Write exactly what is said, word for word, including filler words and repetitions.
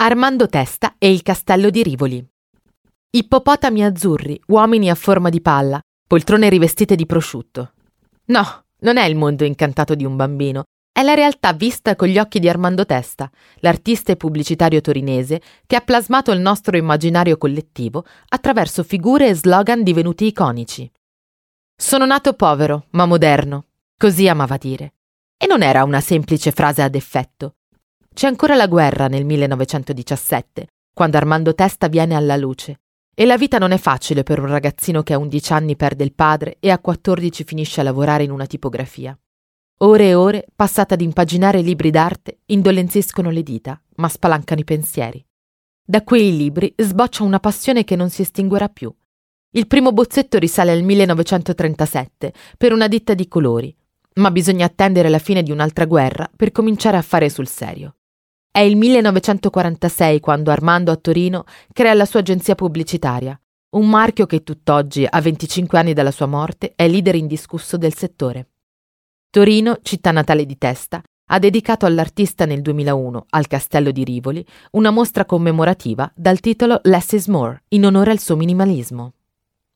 Armando Testa e il castello di Rivoli. Ippopotami azzurri, uomini a forma di palla, poltrone rivestite di prosciutto. No, non è il mondo incantato di un bambino, è la realtà vista con gli occhi di Armando Testa, l'artista e pubblicitario torinese che ha plasmato il nostro immaginario collettivo attraverso figure e slogan divenuti iconici. Sono nato povero, ma moderno, così amava dire. E non era una semplice frase ad effetto. C'è ancora la guerra nel millenovecentodiciassette, quando Armando Testa viene alla luce. E la vita non è facile per un ragazzino che a undici anni perde il padre e a quattordici finisce a lavorare in una tipografia. Ore e ore passate ad impaginare libri d'arte indolenziscono le dita, ma spalancano i pensieri. Da quei libri sboccia una passione che non si estinguerà più. Il primo bozzetto risale al millenovecentotrentasette per una ditta di colori, ma bisogna attendere la fine di un'altra guerra per cominciare a fare sul serio. È il millenovecentoquarantasei quando Armando a Torino crea la sua agenzia pubblicitaria, un marchio che tutt'oggi, a venticinque anni dalla sua morte, è leader indiscusso del settore. Torino, città natale di Testa, ha dedicato all'artista nel duemilauno, al Castello di Rivoli, una mostra commemorativa dal titolo Less is More, in onore al suo minimalismo.